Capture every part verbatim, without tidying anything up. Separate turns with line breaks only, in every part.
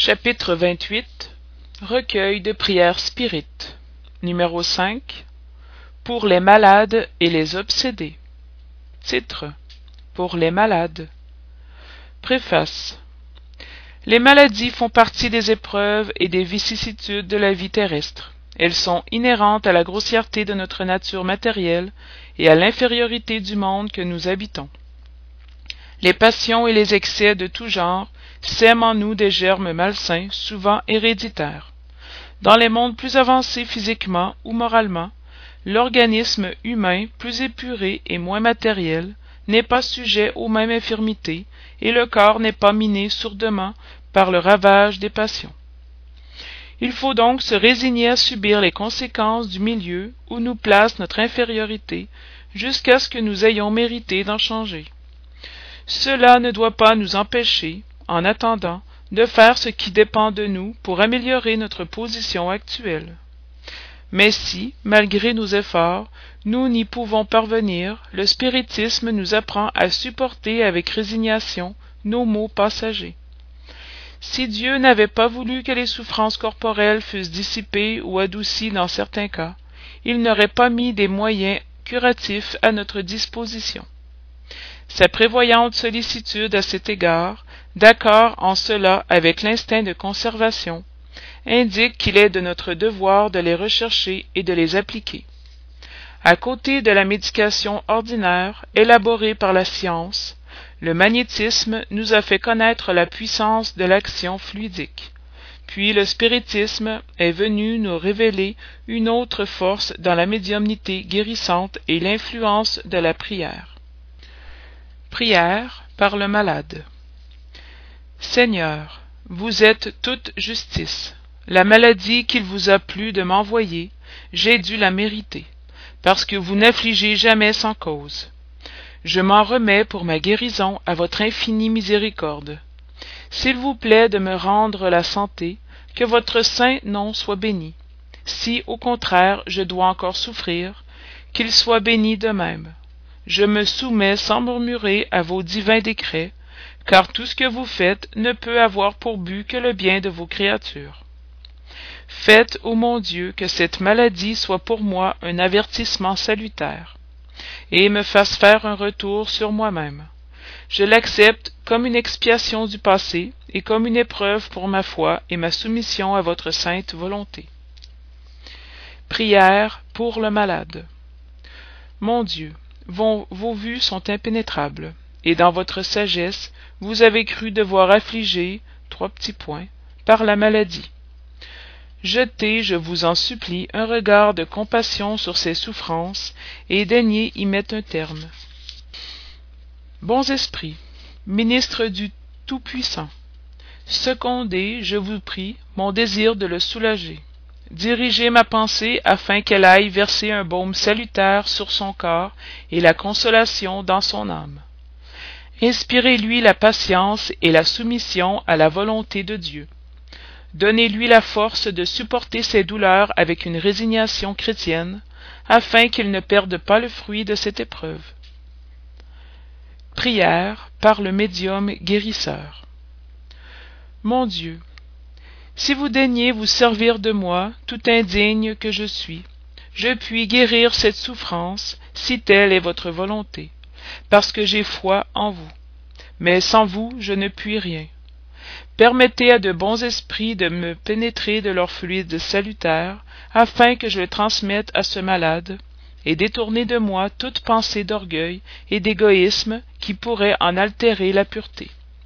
Chapitre vingt-huit. Recueil de prières spirites. Numéro cinq. Pour les malades et les obsédés. Titre. Pour les malades. Préface. Les maladies font partie des épreuves et des vicissitudes de la vie terrestre. Elles sont inhérentes à la grossièreté de notre nature matérielle et à l'infériorité du monde que nous habitons. Les passions et les excès de tout genre sèment en nous des germes malsains, souvent héréditaires. Dans les mondes plus avancés physiquement ou moralement, l'organisme humain, plus épuré et moins matériel, n'est pas sujet aux mêmes infirmités, et le corps n'est pas miné sourdement par le ravage des passions. Il faut donc se résigner à subir les conséquences du milieu où nous place notre infériorité, jusqu'à ce que nous ayons mérité d'en changer. Cela ne doit pas nous empêcher, en attendant, de faire ce qui dépend de nous pour améliorer notre position actuelle. Mais si, malgré nos efforts, nous n'y pouvons parvenir, le spiritisme nous apprend à supporter avec résignation nos maux passagers. Si Dieu n'avait pas voulu que les souffrances corporelles fussent dissipées ou adoucies dans certains cas, il n'aurait pas mis des moyens curatifs à notre disposition. Sa prévoyante sollicitude à cet égard, d'accord en cela avec l'instinct de conservation, indique qu'il est de notre devoir de les rechercher et de les appliquer. À côté de la médication ordinaire, élaborée par la science, le magnétisme nous a fait connaître la puissance de l'action fluidique. Puis le spiritisme est venu nous révéler une autre force dans la médiumnité guérissante et l'influence de la prière. Prière par le malade. Seigneur, vous êtes toute justice. La maladie qu'il vous a plu de m'envoyer, j'ai dû la mériter, parce que vous n'affligez jamais sans cause. Je m'en remets pour ma guérison à votre infinie miséricorde. S'il vous plaît de me rendre la santé, que votre saint nom soit béni. Si, au contraire, je dois encore souffrir, qu'il soit béni de même. Je me soumets sans murmurer à vos divins décrets, car tout ce que vous faites ne peut avoir pour but que le bien de vos créatures. Faites, ô mon Dieu, que cette maladie soit pour moi un avertissement salutaire, et me fasse faire un retour sur moi-même. Je l'accepte comme une expiation du passé, et comme une épreuve pour ma foi et ma soumission à votre sainte volonté. Prière pour le malade. Mon Dieu, Vos, vos vues sont impénétrables, et dans votre sagesse, vous avez cru devoir affliger, trois petits points, par la maladie. Jetez, je vous en supplie, un regard de compassion sur ces souffrances, et daignez y mettre un terme. Bons esprits, ministres du Tout-Puissant, secondez, je vous prie, mon désir de le soulager. Dirigez ma pensée afin qu'elle aille verser un baume salutaire sur son corps et la consolation dans son âme. Inspirez-lui la patience et la soumission à la volonté de Dieu. Donnez-lui la force de supporter ses douleurs avec une résignation chrétienne, afin qu'il ne perde pas le fruit de cette épreuve. Prière par le médium guérisseur. Mon Dieu, si vous daignez vous servir de moi, tout indigne que je suis, je puis guérir cette souffrance, si telle est votre volonté, parce que j'ai foi en vous. Mais sans vous, je ne puis rien. Permettez à de bons esprits de me pénétrer de leur fluide salutaire, afin que je le transmette à ce malade, et détournez de moi toute pensée d'orgueil et d'égoïsme qui pourrait en altérer la pureté.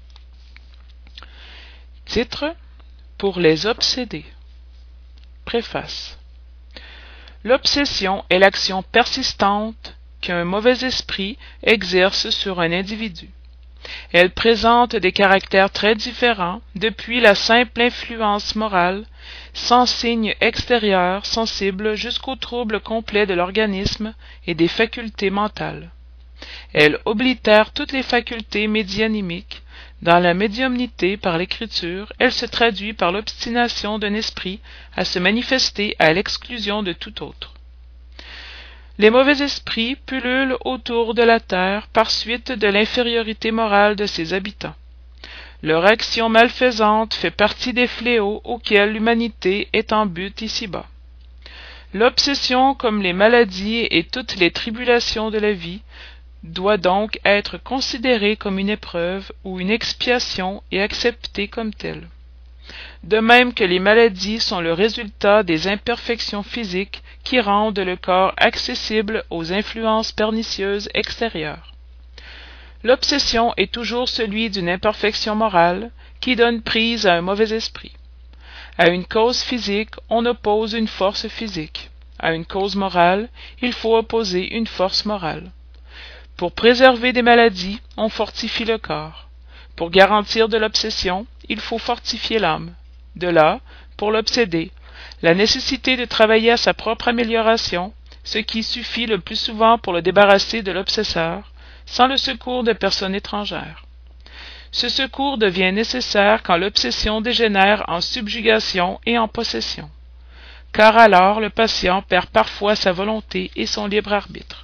Titre. Pour les obsédés. Préface. L'obsession est l'action persistante qu'un mauvais esprit exerce sur un individu. Elle présente des caractères très différents, depuis la simple influence morale, sans signe extérieur sensible jusqu'au trouble complet de l'organisme et des facultés mentales. Elle oblitère toutes les facultés médianimiques. Dans la médiumnité par l'écriture, elle se traduit par l'obstination d'un esprit à se manifester à l'exclusion de tout autre. Les mauvais esprits pullulent autour de la terre par suite de l'infériorité morale de ses habitants. Leur action malfaisante fait partie des fléaux auxquels l'humanité est en butte ici-bas. L'obsession, comme les maladies et toutes les tribulations de la vie, doit donc être considérée comme une épreuve ou une expiation et acceptée comme telle. De même que les maladies sont le résultat des imperfections physiques qui rendent le corps accessible aux influences pernicieuses extérieures. L'obsession est toujours celui d'une imperfection morale qui donne prise à un mauvais esprit. À une cause physique, on oppose une force physique. À une cause morale, il faut opposer une force morale. Pour préserver des maladies, on fortifie le corps. Pour garantir de l'obsession, il faut fortifier l'âme. De là, pour l'obséder, la nécessité de travailler à sa propre amélioration, ce qui suffit le plus souvent pour le débarrasser de l'obsesseur, sans le secours de personnes étrangères. Ce secours devient nécessaire quand l'obsession dégénère en subjugation et en possession, car alors le patient perd parfois sa volonté et son libre arbitre.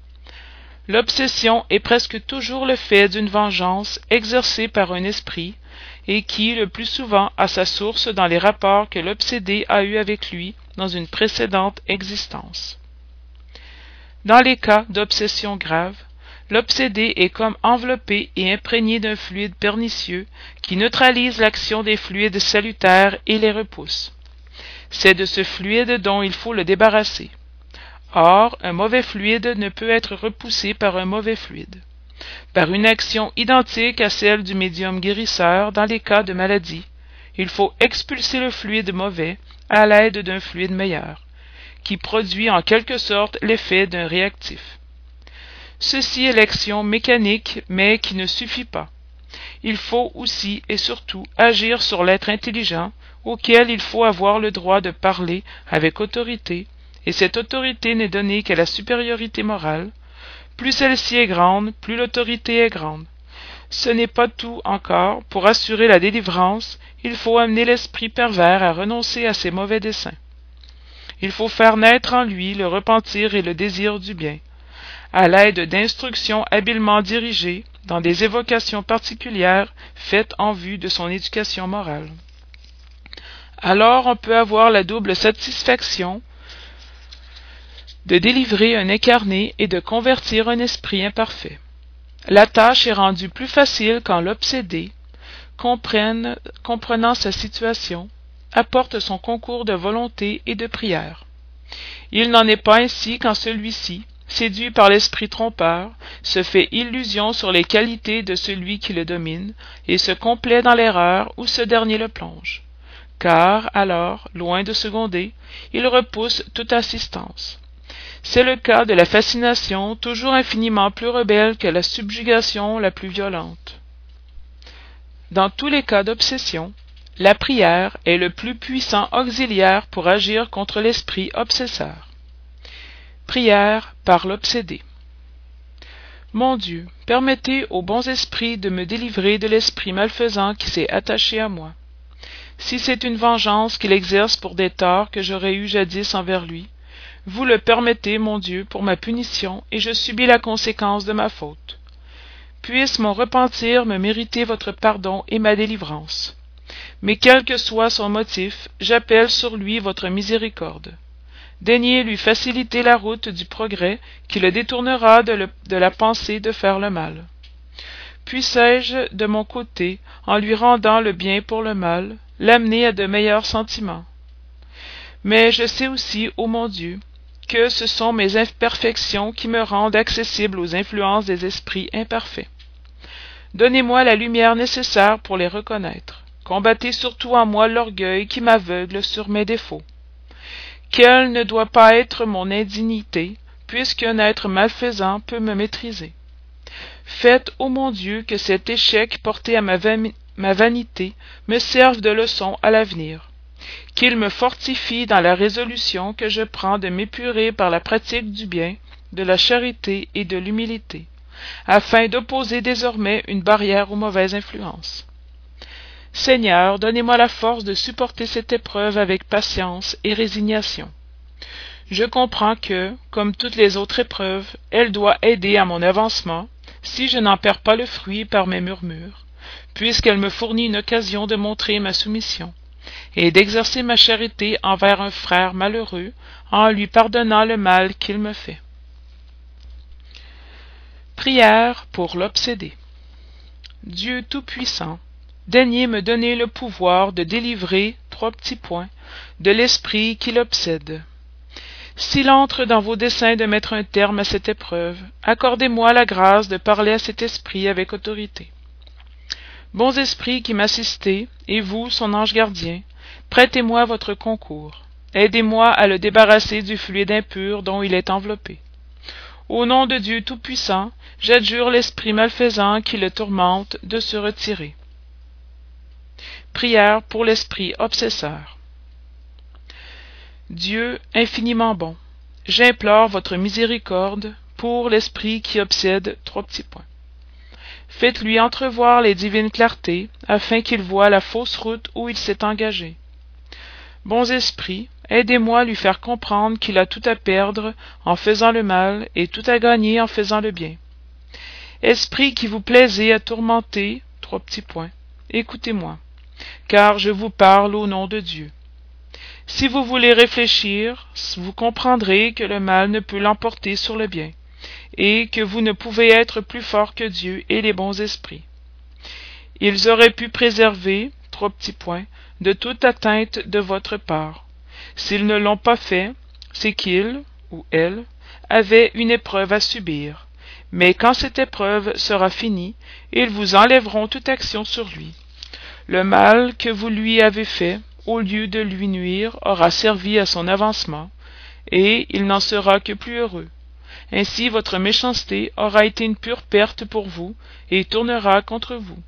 L'obsession est presque toujours le fait d'une vengeance exercée par un esprit et qui, le plus souvent, a sa source dans les rapports que l'obsédé a eus avec lui dans une précédente existence. Dans les cas d'obsession grave, l'obsédé est comme enveloppé et imprégné d'un fluide pernicieux qui neutralise l'action des fluides salutaires et les repousse. C'est de ce fluide dont il faut le débarrasser. Or, un mauvais fluide ne peut être repoussé par un mauvais fluide. Par une action identique à celle du médium guérisseur dans les cas de maladie, il faut expulser le fluide mauvais à l'aide d'un fluide meilleur, qui produit en quelque sorte l'effet d'un réactif. Ceci est l'action mécanique, mais qui ne suffit pas. Il faut aussi et surtout agir sur l'être intelligent, auquel il faut avoir le droit de parler avec autorité, et cette autorité n'est donnée qu'à la supériorité morale. Plus celle-ci est grande, plus l'autorité est grande. Ce n'est pas tout encore. Pour assurer la délivrance, il faut amener l'esprit pervers à renoncer à ses mauvais desseins. Il faut faire naître en lui le repentir et le désir du bien, à l'aide d'instructions habilement dirigées dans des évocations particulières faites en vue de son éducation morale. Alors on peut avoir la double satisfaction de délivrer un incarné et de convertir un esprit imparfait. La tâche est rendue plus facile quand l'obsédé, comprenne, comprenant sa situation, apporte son concours de volonté et de prière. Il n'en est pas ainsi quand celui-ci, séduit par l'esprit trompeur, se fait illusion sur les qualités de celui qui le domine et se complaît dans l'erreur où ce dernier le plonge. Car, alors, loin de seconder, il repousse toute assistance. C'est le cas de la fascination, toujours infiniment plus rebelle que la subjugation la plus violente. Dans tous les cas d'obsession, la prière est le plus puissant auxiliaire pour agir contre l'esprit obsesseur. Prière par l'obsédé. Mon Dieu, permettez aux bons esprits de me délivrer de l'esprit malfaisant qui s'est attaché à moi. Si c'est une vengeance qu'il exerce pour des torts que j'aurais eus jadis envers lui, vous le permettez, mon Dieu, pour ma punition, et je subis la conséquence de ma faute. Puisse mon repentir me mériter votre pardon et ma délivrance. Mais quel que soit son motif, j'appelle sur lui votre miséricorde. Daignez lui faciliter la route du progrès qui le détournera de, le, de la pensée de faire le mal. Puissé-je, de mon côté, en lui rendant le bien pour le mal, l'amener à de meilleurs sentiments. Mais je sais aussi, ô mon Dieu, que ce sont mes imperfections qui me rendent accessible aux influences des esprits imparfaits. Donnez-moi la lumière nécessaire pour les reconnaître. Combattez surtout en moi l'orgueil qui m'aveugle sur mes défauts. Quelle ne doit pas être mon indignité, puisqu'un être malfaisant peut me maîtriser. Faites, ô mon Dieu, que cet échec porté à ma, van- ma vanité me serve de leçon à l'avenir. Qu'il me fortifie dans la résolution que je prends de m'épurer par la pratique du bien, de la charité et de l'humilité, afin d'opposer désormais une barrière aux mauvaises influences. Seigneur, donnez-moi la force de supporter cette épreuve avec patience et résignation. Je comprends que, comme toutes les autres épreuves, elle doit aider à mon avancement, si je n'en perds pas le fruit par mes murmures, puisqu'elle me fournit une occasion de montrer ma soumission, et d'exercer ma charité envers un frère malheureux, en lui pardonnant le mal qu'il me fait. Prière pour l'obsédé. Dieu Tout-Puissant, daignez me donner le pouvoir de délivrer, trois petits points, de l'esprit qui l'obsède. S'il entre dans vos desseins de mettre un terme à cette épreuve, accordez-moi la grâce de parler à cet esprit avec autorité. Bons esprits qui m'assistez, et vous, son ange gardien, prêtez-moi votre concours. Aidez-moi à le débarrasser du fluide impur dont il est enveloppé. Au nom de Dieu Tout-Puissant, j'adjure l'esprit malfaisant qui le tourmente de se retirer. Prière pour l'esprit obsesseur. Dieu infiniment bon, j'implore votre miséricorde pour l'esprit qui obsède, trois petits points. Faites-lui entrevoir les divines clartés, afin qu'il voie la fausse route où il s'est engagé. Bons esprits, aidez-moi à lui faire comprendre qu'il a tout à perdre en faisant le mal et tout à gagner en faisant le bien. Esprit qui vous plaisez à tourmenter, trois petits points, écoutez-moi, car je vous parle au nom de Dieu. Si vous voulez réfléchir, vous comprendrez que le mal ne peut l'emporter sur le bien, et que vous ne pouvez être plus fort que Dieu et les bons esprits. Ils auraient pu préserver, trois petits points, de toute atteinte de votre part. S'ils ne l'ont pas fait, c'est qu'ils, ou elles, avaient une épreuve à subir. Mais quand cette épreuve sera finie, ils vous enlèveront toute action sur lui. Le mal que vous lui avez fait, au lieu de lui nuire, aura servi à son avancement, et il n'en sera que plus heureux. Ainsi votre méchanceté aura été une pure perte pour vous, et tournera contre vous.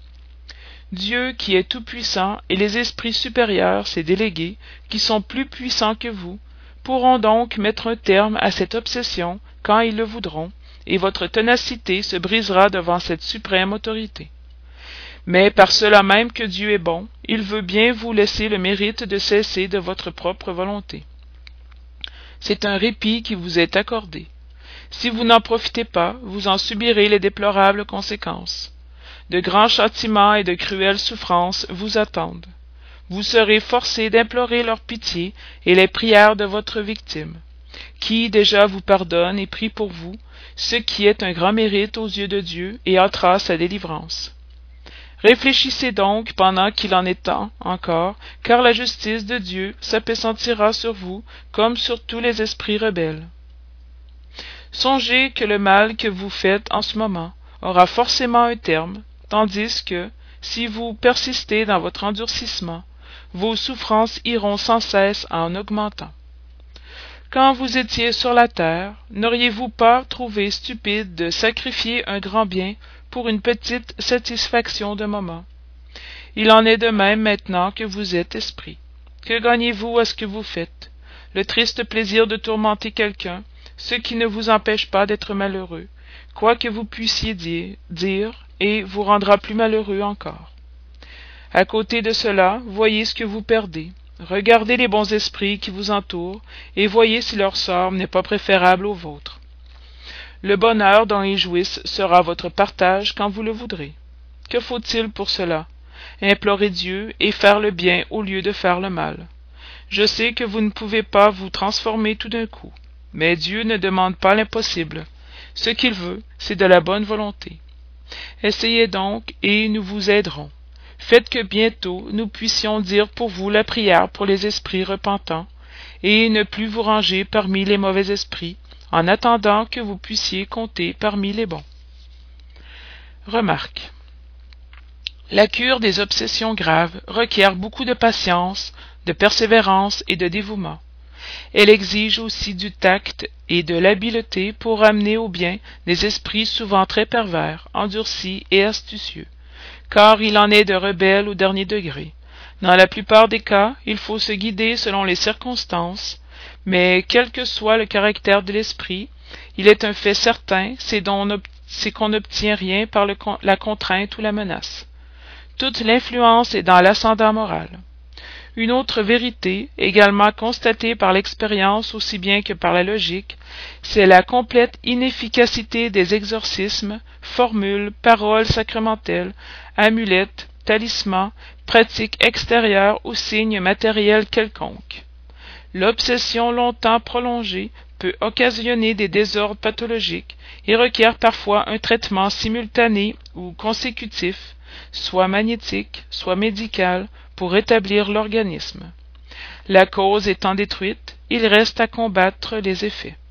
Dieu qui est tout-puissant et les esprits supérieurs, ses délégués, qui sont plus puissants que vous, pourront donc mettre un terme à cette obsession quand ils le voudront, et votre ténacité se brisera devant cette suprême autorité. Mais par cela même que Dieu est bon, il veut bien vous laisser le mérite de cesser de votre propre volonté. C'est un répit qui vous est accordé. Si vous n'en profitez pas, vous en subirez les déplorables conséquences. De grands châtiments et de cruelles souffrances vous attendent. Vous serez forcés d'implorer leur pitié et les prières de votre victime, qui déjà vous pardonne et prie pour vous, ce qui est un grand mérite aux yeux de Dieu et hâtera sa délivrance. Réfléchissez donc pendant qu'il en est temps encore, car la justice de Dieu s'appesantira sur vous comme sur tous les esprits rebelles. Songez que le mal que vous faites en ce moment aura forcément un terme, tandis que, si vous persistez dans votre endurcissement, vos souffrances iront sans cesse en augmentant. Quand vous étiez sur la terre, n'auriez-vous pas trouvé stupide de sacrifier un grand bien pour une petite satisfaction de moment? Il en est de même maintenant que vous êtes esprit. Que gagnez-vous à ce que vous faites? Le triste plaisir de tourmenter quelqu'un, ce qui ne vous empêche pas d'être malheureux, quoi que vous puissiez dire, dire, et vous rendra plus malheureux encore. À côté de cela, voyez ce que vous perdez. Regardez les bons esprits qui vous entourent, et voyez si leur sort n'est pas préférable au vôtre. Le bonheur dont ils jouissent sera votre partage quand vous le voudrez. Que faut-il pour cela? Implorer Dieu et faire le bien au lieu de faire le mal. Je sais que vous ne pouvez pas vous transformer tout d'un coup, mais Dieu ne demande pas l'impossible. Ce qu'il veut, c'est de la bonne volonté. Essayez donc, et nous vous aiderons. Faites que bientôt nous puissions dire pour vous la prière pour les esprits repentants, et ne plus vous ranger parmi les mauvais esprits, en attendant que vous puissiez compter parmi les bons. Remarque. La cure des obsessions graves requiert beaucoup de patience, de persévérance et de dévouement. Elle exige aussi du tact et de l'habileté pour amener au bien des esprits souvent très pervers, endurcis et astucieux, car il en est de rebelles au dernier degré. Dans la plupart des cas, il faut se guider selon les circonstances, mais quel que soit le caractère de l'esprit, il est un fait certain, c'est qu'on n'obtient rien par le, la contrainte ou la menace. Toute l'influence est dans l'ascendant moral. Une autre vérité, également constatée par l'expérience aussi bien que par la logique, c'est la complète inefficacité des exorcismes, formules, paroles sacramentelles, amulettes, talismans, pratiques extérieures ou signes matériels quelconques. L'obsession longtemps prolongée peut occasionner des désordres pathologiques et requiert parfois un traitement simultané ou consécutif, soit magnétique, soit médical, pour rétablir l'organisme. La cause étant détruite, il reste à combattre les effets.